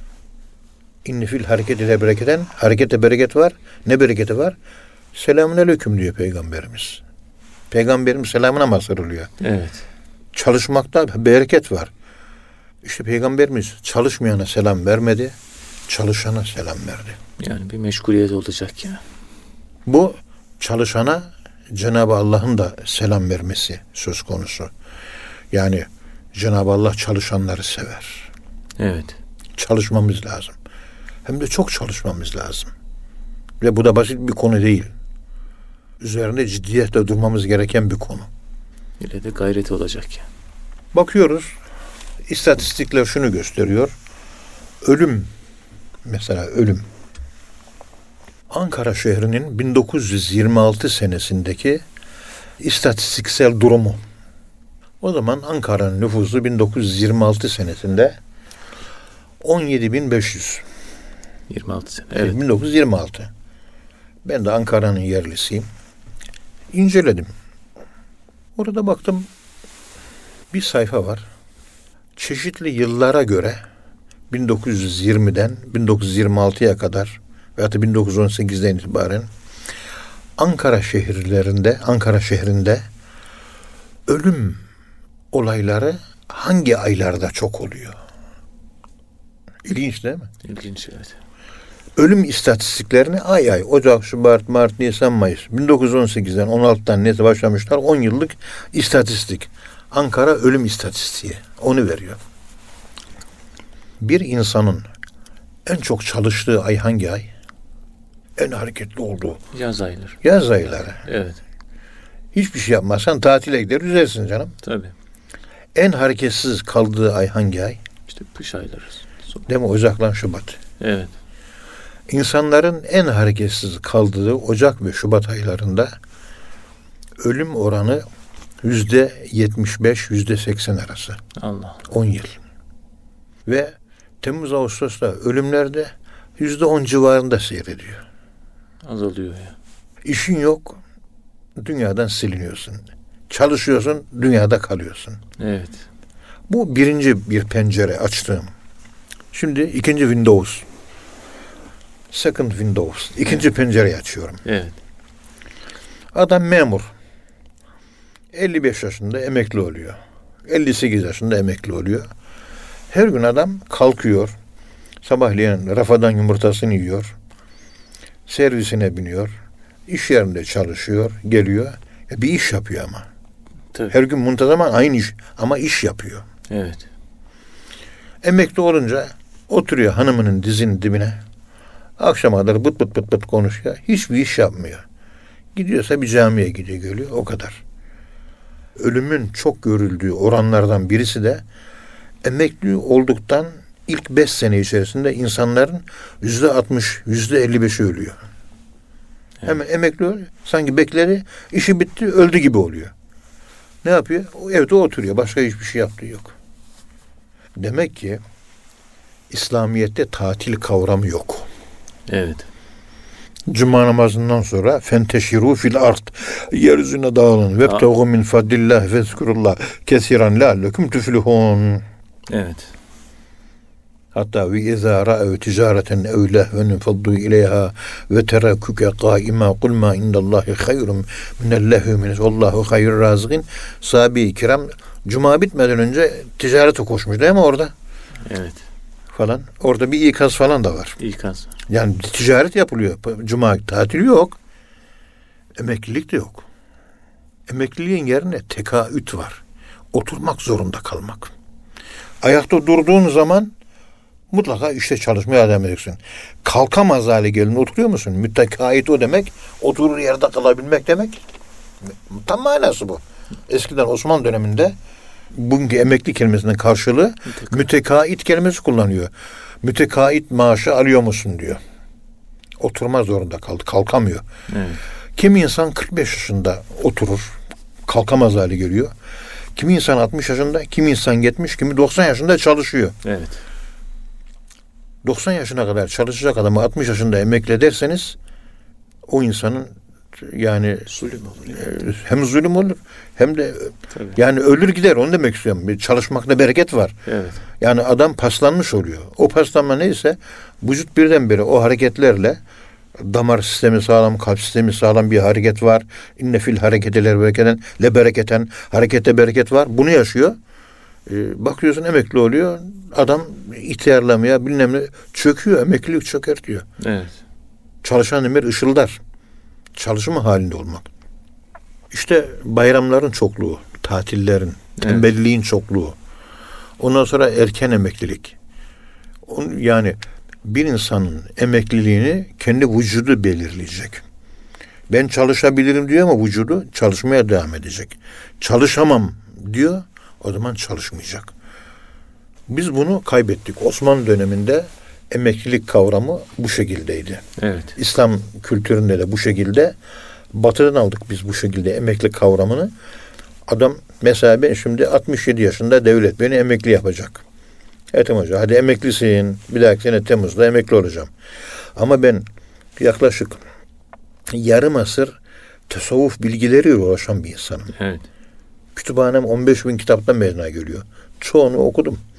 İnni fil hareket ile bereketen, harekete bereket var. Ne bereketi var? Selamun aleyküm diyor Peygamberimiz. Peygamberimiz selamına mazharılıyor. Evet. Çalışmakta bereket var. İşte Peygamberimiz çalışmayana selam vermedi, çalışana selam verdi. Yani bir meşguliyet olacak ya. Bu çalışana Cenab-ı Allah'ın da selam vermesi söz konusu. Yani Cenab-ı Allah çalışanları sever. Evet. Çalışmamız lazım. Hem de çok çalışmamız lazım. Ve bu da basit bir konu değil. Üzerinde ciddiyetle durmamız gereken bir konu. Öyle de gayreti olacak ya. Bakıyoruz, istatistikler şunu gösteriyor. Ölüm, mesela ölüm. Ankara şehrinin bin dokuz yüz yirmi altı senesindeki istatistiksel durumu. O zaman Ankara'nın nüfusu bin dokuz yüz yirmi altı senesinde on yedi bin beş yüz. yirmi altı sene. Evet. bin dokuz yüz yirmi altı. Ben de Ankara'nın yerlisiyim. İnceledim. Orada baktım bir sayfa var. Çeşitli yıllara göre bin dokuz yüz yirmiden bin dokuz yüz yirmi altıya kadar veya da bin dokuz yüz on sekizden itibaren Ankara şehirlerinde, Ankara şehrinde ölüm olayları hangi aylarda çok oluyor? İlginç değil mi? İlginç, evet. Ölüm istatistiklerini ay ay, Ocak, Şubat, Mart, Nisan, Mayıs. bin dokuz yüz on sekizden on altıdan neyse başlamışlar. on yıllık istatistik. Ankara ölüm istatistiği. Onu veriyor. Bir insanın en çok çalıştığı ay hangi ay? En hareketli olduğu. Yaz ayları. Yaz ayları. Evet. Hiçbir şey yapmazsan tatile gider, yüzersin canım. Tabii. En hareketsiz kaldığı ay hangi ay? İşte kış ayları. Değil mi? Ocak'la Şubat. Evet. İnsanların en hareketsiz kaldığı Ocak ve Şubat aylarında ölüm oranı yüzde yetmiş beş, yüzde seksen arası. Allah. on yıl. Ve Temmuz, Ağustos'ta ölümlerde yüzde on civarında seyrediyor. Azalıyor ya. İşin yok, dünyadan siliniyorsun. Çalışıyorsun, dünyada kalıyorsun. Evet. Bu birinci bir pencere açtığım. Şimdi ikinci Windows. Second Windows. İkinci evet. pencereyi açıyorum. Evet. Adam memur. elli beş yaşında emekli oluyor. elli sekiz yaşında emekli oluyor. Her gün adam kalkıyor. Sabahleyin rafadan yumurtasını yiyor. Servisine biniyor. İş yerinde çalışıyor. Geliyor. Bir iş yapıyor ama. Tabii. Her gün muntazaman aynı iş. Ama iş yapıyor. Evet. Emekli olunca oturuyor hanımının dizinin dibine. Akşama kadar bıt bıt bıt bıt konuşuyor. Hiçbir iş yapmıyor. Gidiyorsa bir camiye gidiyor, geliyor. O kadar. Ölümün çok görüldüğü oranlardan birisi de emekli olduktan ilk beş sene içerisinde insanların yüzde altmış, yüzde elli beşi ölüyor. Evet. Hemen emekli oluyor. Sanki bekleri, işi bitti, öldü gibi oluyor. Ne yapıyor? O evde oturuyor. Başka hiçbir şey yaptığı yok. Demek ki İslamiyet'te tatil kavramı yok. Evet. Cuma namazından sonra fenteşiru fil art, yeryüzüne dağılın vebtegu min fadlillah vezkurullah kesiran leallekum tuflihun. Evet. Hatta ve izâ ra'ev ticareten ev lehven faddu ileyha ve teraküke qâimâ kul mâ indallâhi hayrun minellehvü min vallahu hayrur razıgin. Sahabe-i kiram cuma bitmeden önce ticarete koşmuş değil mi orada? Evet. Falan. Orada bir ikaz falan da var. İkaz. Yani ticaret yapılıyor. Cuma tatili yok. Emeklilik de yok. Emekliliğin yerine tekaüt var. Oturmak zorunda kalmak. Ayakta durduğun zaman mutlaka işte çalışmaya devam edeceksin. Kalkamaz hale gelin oturuyor musun? Mütekait o demek. Oturur yerde kalabilmek demek. Tam manası bu. Eskiden Osmanlı döneminde bugünkü emekli kelimesinin karşılığı mütekait, mütekait kelimesi kullanıyor. Mütekait maaşı alıyor musun diyor. Oturma zorunda kaldı. Kalkamıyor. Evet. Kimi insan kırk beş yaşında oturur. Kalkamaz hale geliyor. Kimi insan altmış yaşında, kimi insan yetmiş, kimi doksan yaşında çalışıyor. Evet. doksan yaşına kadar çalışacak adamı altmış yaşında emekli ederseniz o insanın yani zulüm olur. Evet. Hem zulüm olur hem de tabii. Yani ölür gider, onu demek istiyorum. Çalışmakta bereket var. Evet. Yani adam paslanmış oluyor. O paslanma neyse vücut birdenbire o hareketlerle damar sistemi sağlam, kalp sistemi sağlam bir hareket var. İnne fil hareketeler bereketen, le bereketen, harekette bereket var. Bunu yaşıyor. Ee, bakıyorsun emekli oluyor. Adam ihtiyarlamaya bilmem ne çöküyor. Emeklilik çöker diyor. Evet. Çalışan emir ışıldar. Çalışma halinde olmak. İşte bayramların çokluğu, tatillerin, tembelliğin evet. çokluğu. Ondan sonra erken emeklilik. Yani bir insanın emekliliğini kendi vücudu belirleyecek. Ben çalışabilirim diyor ama vücudu çalışmaya devam edecek. Çalışamam diyor, o zaman çalışmayacak. Biz bunu kaybettik. Osmanlı döneminde emeklilik kavramı bu şekildeydi. Evet. İslam kültüründe de bu şekilde. Batı'dan aldık biz bu şekilde emeklilik kavramını. Adam mesela ben şimdi altmış yedi yaşında, devlet beni emekli yapacak. Ethem Hoca hadi emeklisin, bir dahaki sene Temmuz'da emekli olacağım. Ama ben yaklaşık yarım asır tasavvuf bilgileriyle uğraşan bir insanım. Evet. Kütüphanem on beş bin kitaptan mezuna geliyor. Çoğunu okudum.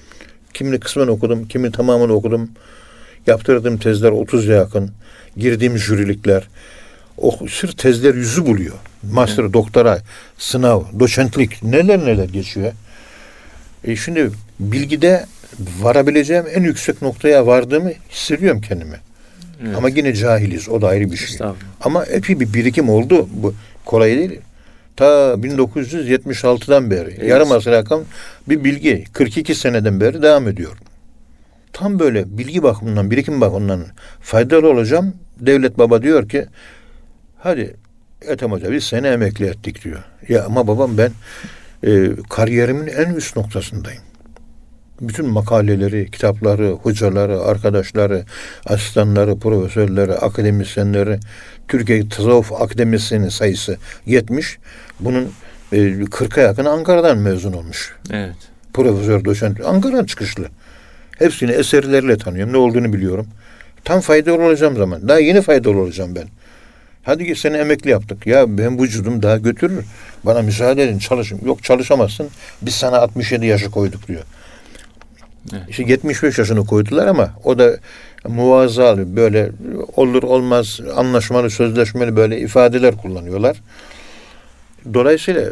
Kimini kısmen okudum, kimini tamamını okudum. Yaptırdığım tezler otuza yakın. Girdiğim jürilikler. O sırf tezler yüzü buluyor. Master, evet. doktora, sınav, doçentlik neler neler geçiyor. E şimdi bilgide varabileceğim en yüksek noktaya vardığımı hissediyorum kendime. Evet. Ama yine cahiliz. O da ayrı bir şey. Ama epey bir birikim oldu. Bu kolay değil. Ta bin dokuz yüz yetmiş altıdan beri. Evet. Yarım asır yakın bir bilgi. kırk iki seneden beri devam ediyor. Tam böyle bilgi bakımından, birikim bakımından faydalı olacağım. Devlet baba diyor ki hadi Ethem Hoca biz seni emekli ettik diyor. Ya ama babam ben e, kariyerimin en üst noktasındayım. Bütün makaleleri, kitapları, hocaları, arkadaşları, asistanları, profesörleri, akademisyenleri, Türkiye Tasavvuf Akademisi'nin sayısı yetmiş. Bunun e, kırka yakın Ankara'dan mezun olmuş. Evet. Profesör, doçent, Ankara'dan çıkışlı. Hepsini eserleriyle tanıyorum. Ne olduğunu biliyorum. Tam faydalı olacağım zaman. Daha yeni faydalı olacağım ben. Hadi ki seni emekli yaptık. Ya ben vücudum daha götürür. Bana müsaade edin çalışın. Yok çalışamazsın. Biz sana altmış yedi yaşı koyduk diyor. Evet. İşte yetmiş beş yaşını koydular ama o da muvazzalı böyle olur olmaz anlaşmalı sözleşmeli böyle ifadeler kullanıyorlar. Dolayısıyla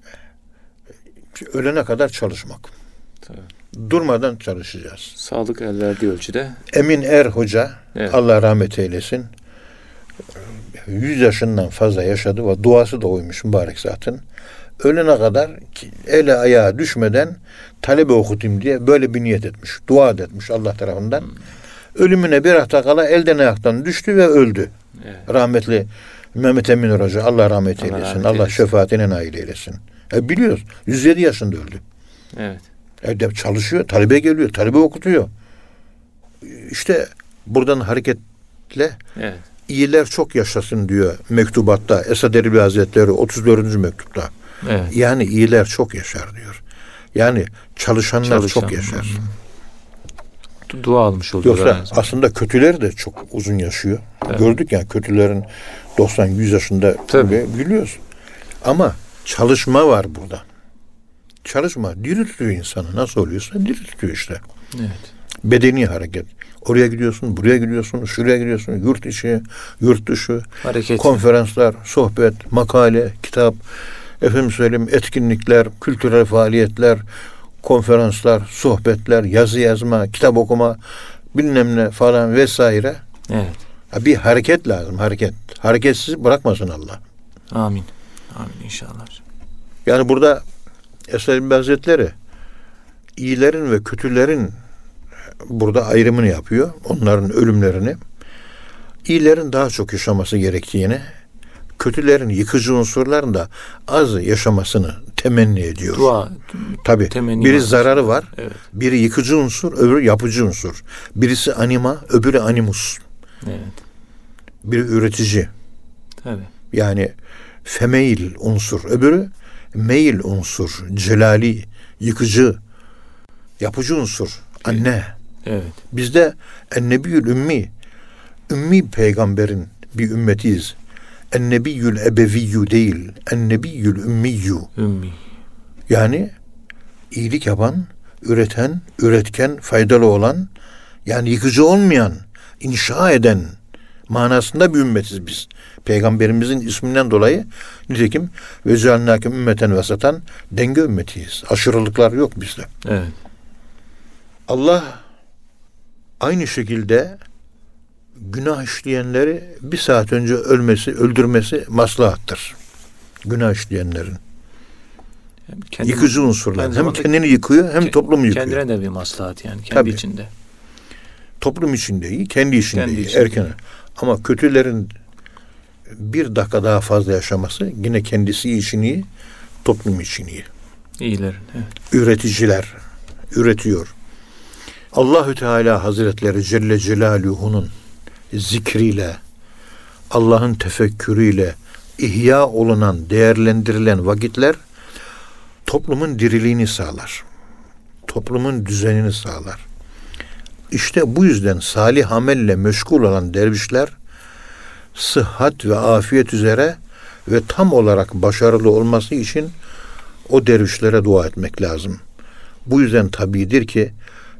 ölene kadar çalışmak. Tabii. Durmadan çalışacağız. Sağlık el verdiği ölçüde. Emin Er Hoca, evet. Allah rahmet eylesin. yüz yaşından fazla yaşadı ve duası da oymuş mübarek zaten. Ölene kadar ele ayağa düşmeden talebe okutayım diye böyle bir niyet etmiş. Dua etmiş Allah tarafından. Hmm. Ölümüne bir hafta kala elden ayaktan düştü ve öldü. Evet. Rahmetli Mehmet Emin Hoca Allah rahmet eylesin. Allah, rahmet Allah eylesin. Şefaatine nail eylesin. E biliyoruz. yüz yedi yaşında öldü. Evet. E çalışıyor. Talebe geliyor. Talebe okutuyor. İşte buradan hareketle evet. İyiler çok yaşasın diyor mektubatta. Esad Erbil Hazretleri otuz dördüncü mektupta. Evet. Yani iyiler çok yaşar diyor. Yani çalışanlar Çalışan. çok yaşar. Du- Dua almış oluyor. Yoksa aslında kötüler de çok uzun yaşıyor. Evet. Gördük yani kötülerin doksan yüz yaşında biliyoruz. Ama çalışma var burada. Çalışma diri tutuyor insanı. Nasıl oluyorsa diri tutuyor işte. Evet. Bedeni hareket. Oraya gidiyorsun, buraya gidiyorsun, şuraya gidiyorsun, yurt içi, yurt dışı, hareket. Konferanslar, sohbet, makale, kitap, efendim söyleyeyim etkinlikler, kültürel faaliyetler, konferanslar, sohbetler, yazı yazma, kitap okuma, bilmem ne falan vesaire. Evet. Bir hareket lazım, hareket. Hareketsiz bırakmasın Allah. Amin. Amin inşallah. Yani burada Esad Erbil Hazretleri iyilerin ve kötülerin burada ayrımını yapıyor. Onların ölümlerini. İyilerin daha çok yaşaması gerektiğini, kötülerin yıkıcı unsurların da az yaşamasını temenni ediyor. Dua. Tabii. Biri var. Zararı var. Evet. Biri yıkıcı unsur, öbürü yapıcı unsur. Birisi anima, öbürü animus. Evet. Biri üretici. Tabii. Yani femeil unsur. Öbürü meyil unsur. Celali, yıkıcı, yapıcı unsur. Anne. Evet. Bizde ennebiyyül ümmi. Ümmi peygamberin bir ümmetiyiz. Ennebiyyül ebeviyyü değil. Ennebiyyül ümmiyyü. Ümmi. Yani iyilik yapan, üreten, üretken, faydalı olan, yani yıkıcı olmayan, inşa eden manasında bir ümmetiz biz. Peygamberimizin isminden dolayı nitekim ve cealnâke ümmeten vesatan denge ümmetiyiz. Aşırılıklar yok bizde. Evet. Allah aynı şekilde günah işleyenleri bir saat önce ölmesi, öldürmesi maslahattır. Günah işleyenlerin. Kendini, yıkıcı unsurlar. Hem kendini yıkıyor hem ke, toplumu yıkıyor. Kendine de bir maslahat yani. Kendi Tabii. içinde. Toplum içinde iyi, kendi içinde kendi iyi. Içinde. Erken. Ama kötülerin bir dakika daha fazla yaşaması yine kendisi için iyi, toplum için iyi. İyilerin. Evet. Üreticiler üretiyor. Allahü Teala Hazretleri Celle Celaluhu'nun zikriyle, Allah'ın tefekkürüyle ihya olunan, değerlendirilen vakitler toplumun diriliğini sağlar. Toplumun düzenini sağlar. İşte bu yüzden salih amelle meşgul olan dervişler sıhhat ve afiyet üzere ve tam olarak başarılı olması için o dervişlere dua etmek lazım. Bu yüzden tabidir ki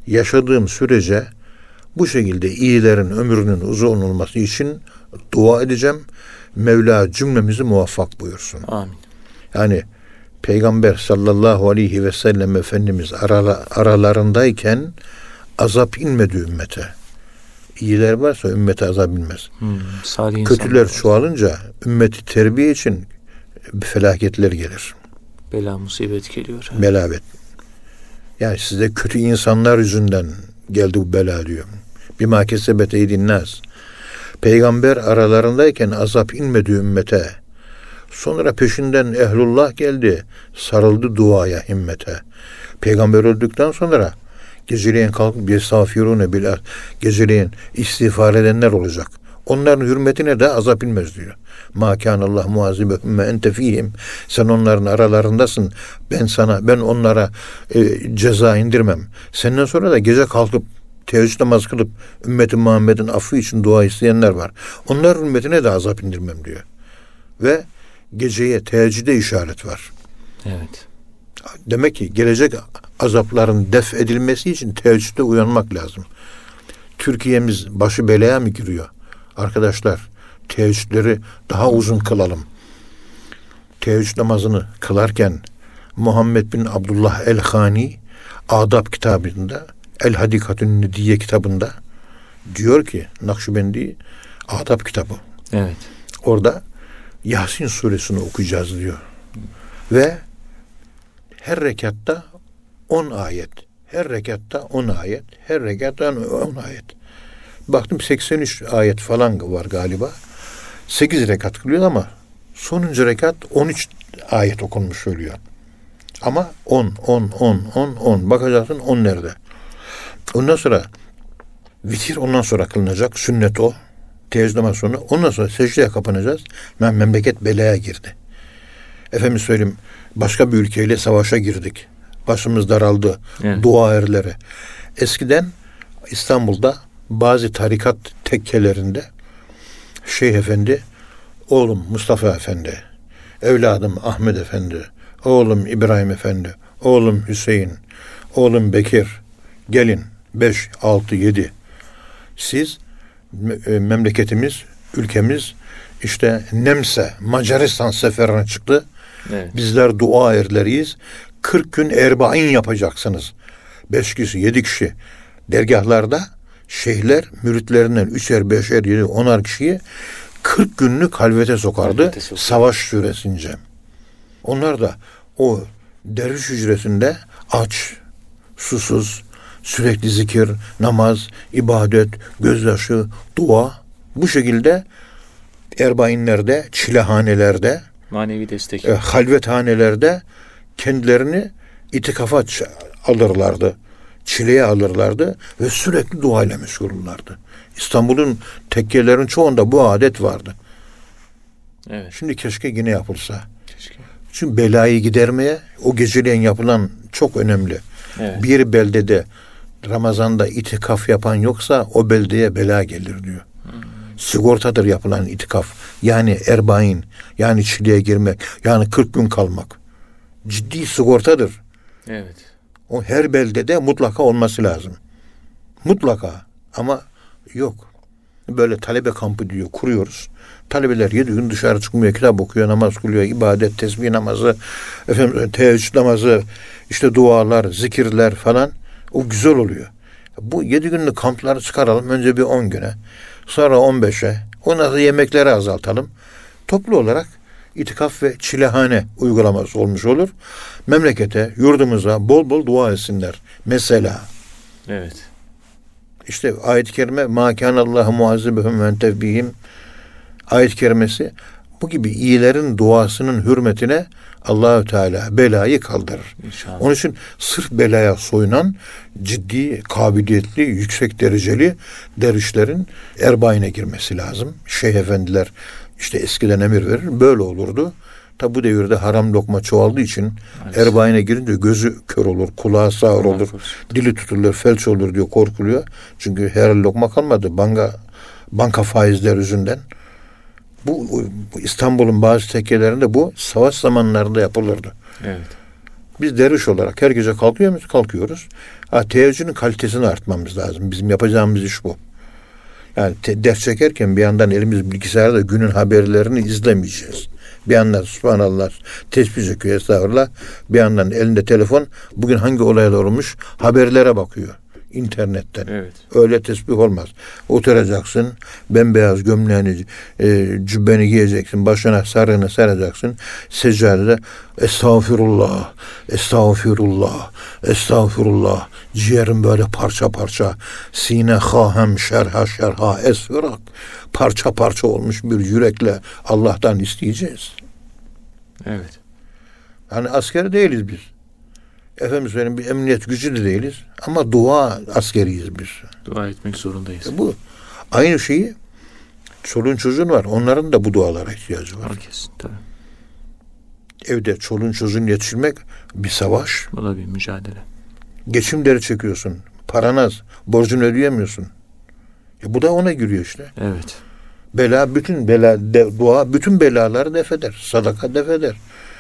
yaşadığım sürece bu şekilde iyilerin ömrünün uzun olması için dua edeceğim. Mevla cümlemizi muvaffak buyursun. Amin. Yani Peygamber sallallahu aleyhi ve sellem Efendimiz arala, aralarındayken azap inmedi ümmete. İyiler varsa ümmete azap inmez. Hmm, Kötüler çoğalınca ümmeti terbiye için felaketler gelir. Bela musibet geliyor. Belavet. Yani size kötü insanlar yüzünden geldi bu bela diyor. Bima kesebet eydin-nas. Peygamber aralarındayken azap inmedi ümmete. Sonra peşinden ehlullah geldi. Sarıldı duaya, himmete. Peygamber öldükten sonra geceleyin kalkıp yestağfirune bil geceleyin istiğfar edenler olacak. Onların hürmetine de azap inmez diyor. Ma kânallah muazibehum ve ente fîhim. Sen onların aralarındasın. Ben sana, ben onlara e, ceza indirmem. Senden sonra da gece kalkıp teheccüd namaz kılıp ümmeti Muhammed'in affı için dua isteyenler var. Onların hürmetine de azap indirmem diyor. Ve geceye, teheccüde işaret var. Evet. Demek ki gelecek azapların def edilmesi için teheccüde uyanmak lazım. Türkiye'miz başı belaya mı giriyor? Arkadaşlar, teheccüdleri daha uzun kılalım. Teheccüd namazını kılarken Muhammed bin Abdullah el-Hani Adab kitabında, El-Hadikatün Nediye kitabında diyor ki, Nakşibendi Adab kitabı. Evet. Orada Yasin suresini okuyacağız diyor. Ve her rekatta on ayet. Her rekatta on ayet. Her rekatta on ayet. Baktım seksen üç ayet falan var galiba. sekiz rekat kılıyor ama sonuncu rekat on üç ayet okunmuş söylüyor. Ama on, on, on, on, on. Bakacaksın on nerede? Ondan sonra vitir ondan sonra kılınacak. Sünnet o. Teheccüd namazı sonra. Ondan sonra secdeye kapanacağız. Memleket belaya girdi. Efendim söyleyeyim, başka bir ülkeyle savaşa girdik. Başımız daraldı. Evet. Dua erleri. Eskiden İstanbul'da bazı tarikat tekkelerinde Şeyh Efendi, oğlum Mustafa Efendi, evladım Ahmet Efendi, oğlum İbrahim Efendi, oğlum Hüseyin, oğlum Bekir, gelin beş, altı, yedi. Siz memleketimiz, ülkemiz işte Nemse, Macaristan seferine çıktı. Evet. Bizler dua erleriyiz. kırk gün erbain yapacaksınız. beş kişi, yedi kişi dergahlarda şeyhler müritlerinden üçer, beşer, yedi, onar kişiyi kırk günlük halvete sokardı. Halvete savaş süresince. Onlar da o derviş hücresinde aç, susuz, sürekli zikir, namaz, ibadet, gözyaşı, dua, bu şekilde erbainlerde, çilehanelerde, manevi destek, e, halvethanelerde kendilerini itikafa alırlardı. Çileye alırlardı ve sürekli duayla meşgullardı. İstanbul'un tekkelerin çoğunda bu adet vardı. Evet. Şimdi keşke yine yapılsa. Keşke. Çünkü belayı gidermeye o geceleyin yapılan çok önemli. Evet. Bir beldede Ramazan'da itikaf yapan yoksa o beldeye bela gelir diyor. Hmm. Sigortadır yapılan itikaf. Yani erbain, yani çileye girmek, yani kırk gün kalmak. Ciddi sigortadır. Evet. O her beldede mutlaka olması lazım. Mutlaka. Ama yok. Böyle talebe kampı diyor, kuruyoruz. Talebeler yedi gün dışarı çıkmıyor, kitap okuyor, namaz kılıyor, ibadet, tesbih namazı, efendim, teheccüd namazı, işte dualar, zikirler falan. O güzel oluyor. Bu yedi günlük kampları çıkaralım. Önce bir on güne. Sonra on beşe. Ondan sonra yemekleri azaltalım. Toplu olarak itikaf ve çilehane uygulaması olmuş olur. Memlekete, yurdumuza bol bol dua etsinler. Mesela. Evet. İşte ayet-i kerime mâ kânallâhu muazzibehum ve ente fîhim ayet-i kerimesi bu gibi iyilerin duasının hürmetine Allahü Teala belayı kaldırır. İnşallah. Onun için sırf belaya soyunan ciddi, kabiliyetli, yüksek dereceli dervişlerin erbaine girmesi lazım. Şeyh efendiler işte eskiden emir verir. Böyle olurdu. Tabi bu devirde haram lokma çoğaldığı için maalesef erbaine girince gözü kör olur, kulağı sağır olur, dili tutulur, felç olur diyor, korkuluyor. Çünkü her lokma kalmadı. Banka, banka faizler yüzünden. Bu, bu İstanbul'un bazı tekkelerinde bu savaş zamanlarında yapılırdı. Evet. Biz derviş olarak her gece kalkıyor muyuz? Kalkıyoruz. Ha, teheccüdün kalitesini artmamız lazım. Bizim yapacağımız iş bu. Yani te- ders çekerken bir yandan elimiz bilgisayarda günün haberlerini izlemeyeceğiz. Bir yandan subhanallah tesbih çekiyor estağfurullah. Bir yandan elinde telefon bugün hangi olaylar olmuş haberlere bakıyor internetten. Evet. Öyle tesbih olmaz. Oturacaksın, bembeyaz gömleğini, e, cübbeni giyeceksin, başına sarığını saracaksın. Seccadede estağfirullah, estağfirullah, estağfirullah. Ciğerim böyle parça parça. Sine hahem şerha şerha esfirak. Parça parça olmuş bir yürekle Allah'tan isteyeceğiz. Evet. Yani asker değiliz biz. Efendim söyleyeyim bir emniyet gücü de değiliz. Ama dua askeriyiz biz. Dua etmek zorundayız. E bu aynı şeyi çoluğun çocuğun var. Onların da bu dualara ihtiyacı var. Kesin tabii. Evde çoluğun çocuğun yetiştirmek bir savaş. Bu da bir mücadele. Geçimleri çekiyorsun. Paran az. Borcunu ödeyemiyorsun. E bu da ona giriyor işte. Evet. Bela bütün bela de, dua bütün belaları def eder. Sadaka def eder.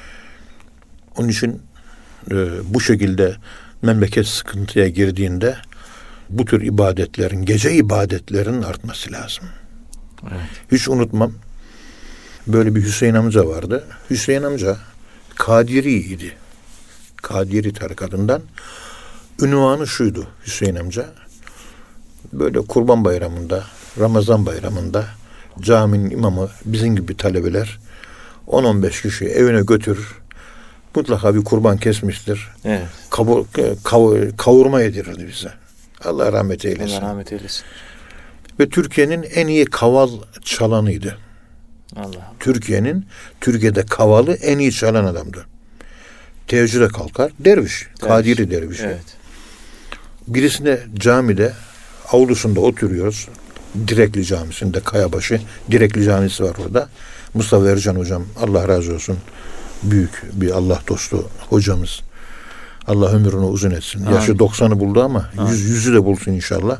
Onun için e, bu şekilde memleket sıkıntıya girdiğinde bu tür ibadetlerin, gece ibadetlerinin artması lazım. Evet. Hiç unutmam. Böyle bir Hüseyin amca vardı. Hüseyin amca Kadiri'ydi. Kadiri tarikatından. Ünvanı şuydu Hüseyin amca. Böyle Kurban Bayramı'nda, Ramazan Bayramı'nda caminin imamı bizim gibi talebeler on on beş kişi evine götürür. Mutlaka bir kurban kesmiştir. Evet. Kavu, kav, kavurma yedirirdi bize. Allah rahmet eylesin. Allah rahmet eylesin. Ve Türkiye'nin en iyi kaval çalanıydı. Allah. Türkiye'nin, Türkiye'de kavalı en iyi çalan adamdı. Teheccüde kalkar, derviş. derviş. Kadiri derviş. Evet. Birisine camide, avlusunda oturuyoruz. Direkli Camisi'nde, Kayabaşı. Direkli Camisi var orada. Mustafa Ercan hocam, Allah razı olsun. Büyük bir Allah dostu hocamız. Allah ömrünü uzun etsin. Amin. Yaşı doksanı buldu ama yüz, yüzü de bulsun inşallah.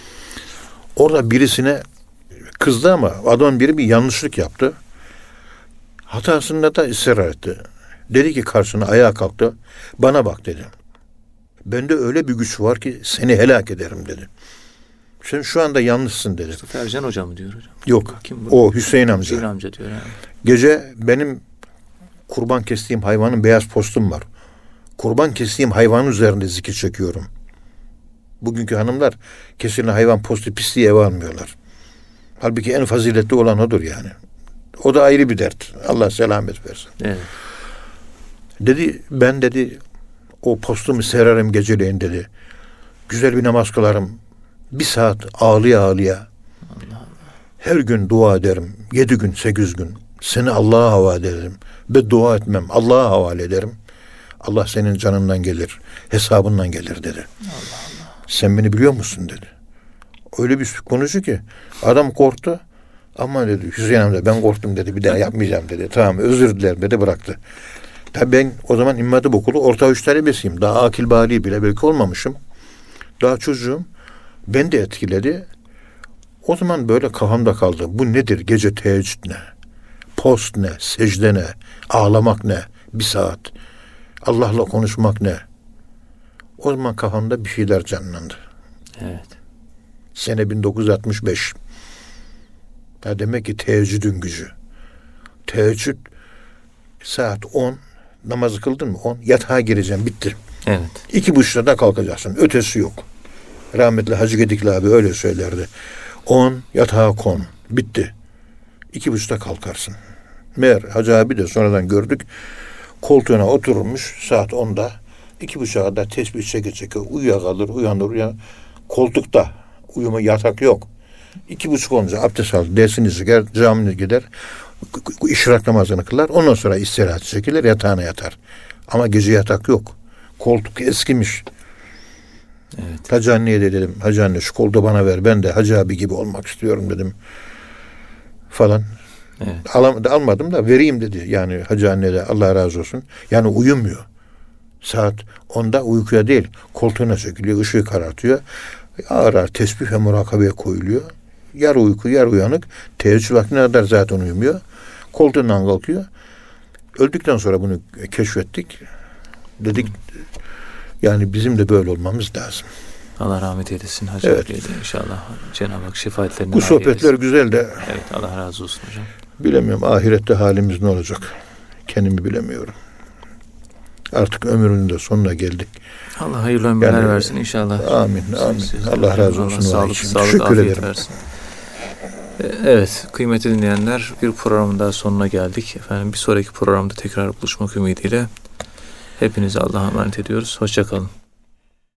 Orada birisine kızdı ama adamın biri bir yanlışlık yaptı. Hatasında da ısrar etti. Dedi ki karşısına ayağa kalktı. Bana bak dedi. Bende öyle bir güç var ki seni helak ederim dedi. Sen şu anda yanlışsın dedi. Mustafa Ercan hocam mı diyor hocam? Yok. Kim bu? O Hüseyin amca. Hüseyin amca diyor yani. Gece benim kurban kestiğim hayvanın beyaz postum var. Kurban kestiğim hayvanın üzerinde zikir çekiyorum. Bugünkü hanımlar kesilen hayvan postu pisliği eve almıyorlar. Halbuki en faziletli olan odur yani. O da ayrı bir dert. Allah selamet versin. Evet. Dedi ben dedi o postumu sererim geceleyin dedi. Güzel bir namaz kılarım. Bir saat ağlıya ağlıya. Allah Allah. Her gün dua ederim. Yedi gün, sekiz gün. Seni Allah'a havale ederim. Ve dua etmem. Allah'a havale ederim. Allah senin canından gelir. Hesabından gelir dedi. Allah Allah. Sen beni biliyor musun dedi. Öyle bir konuşuyor ki adam korktu. Ama dedi Hüseyin amca ben korktum dedi. Bir daha yapmayacağım dedi. Tamam özür dilerim dedi bıraktı. Tabii ben o zaman İmam Hatip Okulu orta üç talebesiyim. Daha akil bali bile belki olmamışım. Daha çocuğum. Ben de etkiledi. O zaman böyle kafamda kaldı. Bu nedir? Gece teheccüd ne? Post ne? Secde ne? Ağlamak ne? Bir saat. Allah'la konuşmak ne? O zaman kafamda bir şeyler canlandı. Evet. Sene bin dokuz yüz altmış beş. Ya demek ki teheccüdün gücü. Teheccüd saat on. Namazı kıldın mı? on. Yatağa gireceğim. Bitti. Evet. İki buçukta da kalkacaksın. Ötesi yok. Rahmetli Hacı Gedikli abi öyle söylerdi. On yatağa kon. Bitti. İki buçukta kalkarsın. Meğer Hacı abi de sonradan gördük. Koltuğuna oturmuş saat onda. İki buçuğa da tesbih çeke çeke uyuyakalır, uyanır, uyanır. Koltukta. Uyuma yatak yok. İki buçuk olunca abdest alır, dersini çıkar, camine gider. İşrak namazını kılar. Ondan sonra istirahat çekilir, yatağına yatar. Ama gece yatak yok. Koltuk eskimiş. Evet. Hacı anneye de dedim. Hacı anne şu koltuğu bana ver. Ben de Hacı abi gibi olmak istiyorum dedim. Falan. Evet. Al, almadım da vereyim dedi. Yani Hacı anne de Allah razı olsun. Yani uyumuyor. Saat onda uykuya değil. Koltuğuna çekiliyor. Işığı karartıyor. Ağır ağır tesbih ve murakabeye koyuluyor. Yarı uyku, yarı uyanık. Teheccüd vaktine kadar zaten uyumuyor. Koltuğundan kalkıyor. Öldükten sonra bunu keşfettik. dedik. Yani bizim de böyle olmamız lazım. Allah rahmet eylesin Hacı Evet. Abi'ye de inşallah Cenab-ı Hak şefaatlerinden Bu sohbetler güzel de evet, Allah razı olsun hocam. bilemiyorum ahirette halimiz ne olacak. Kendimi bilemiyorum. Artık ömrünün de sonuna geldik. Allah hayırlı ömürler Yani, versin inşallah. Amin, amin. Siz- Allah razı Allah olsun. Sağlık, sağlık, Şükür afiyet ederim. versin. E, Evet, kıymetli dinleyenler, bir programın daha sonuna geldik. Efendim bir sonraki programda tekrar buluşmak ümidiyle hepinize Allah'a emanet ediyoruz. Hoşça kalın.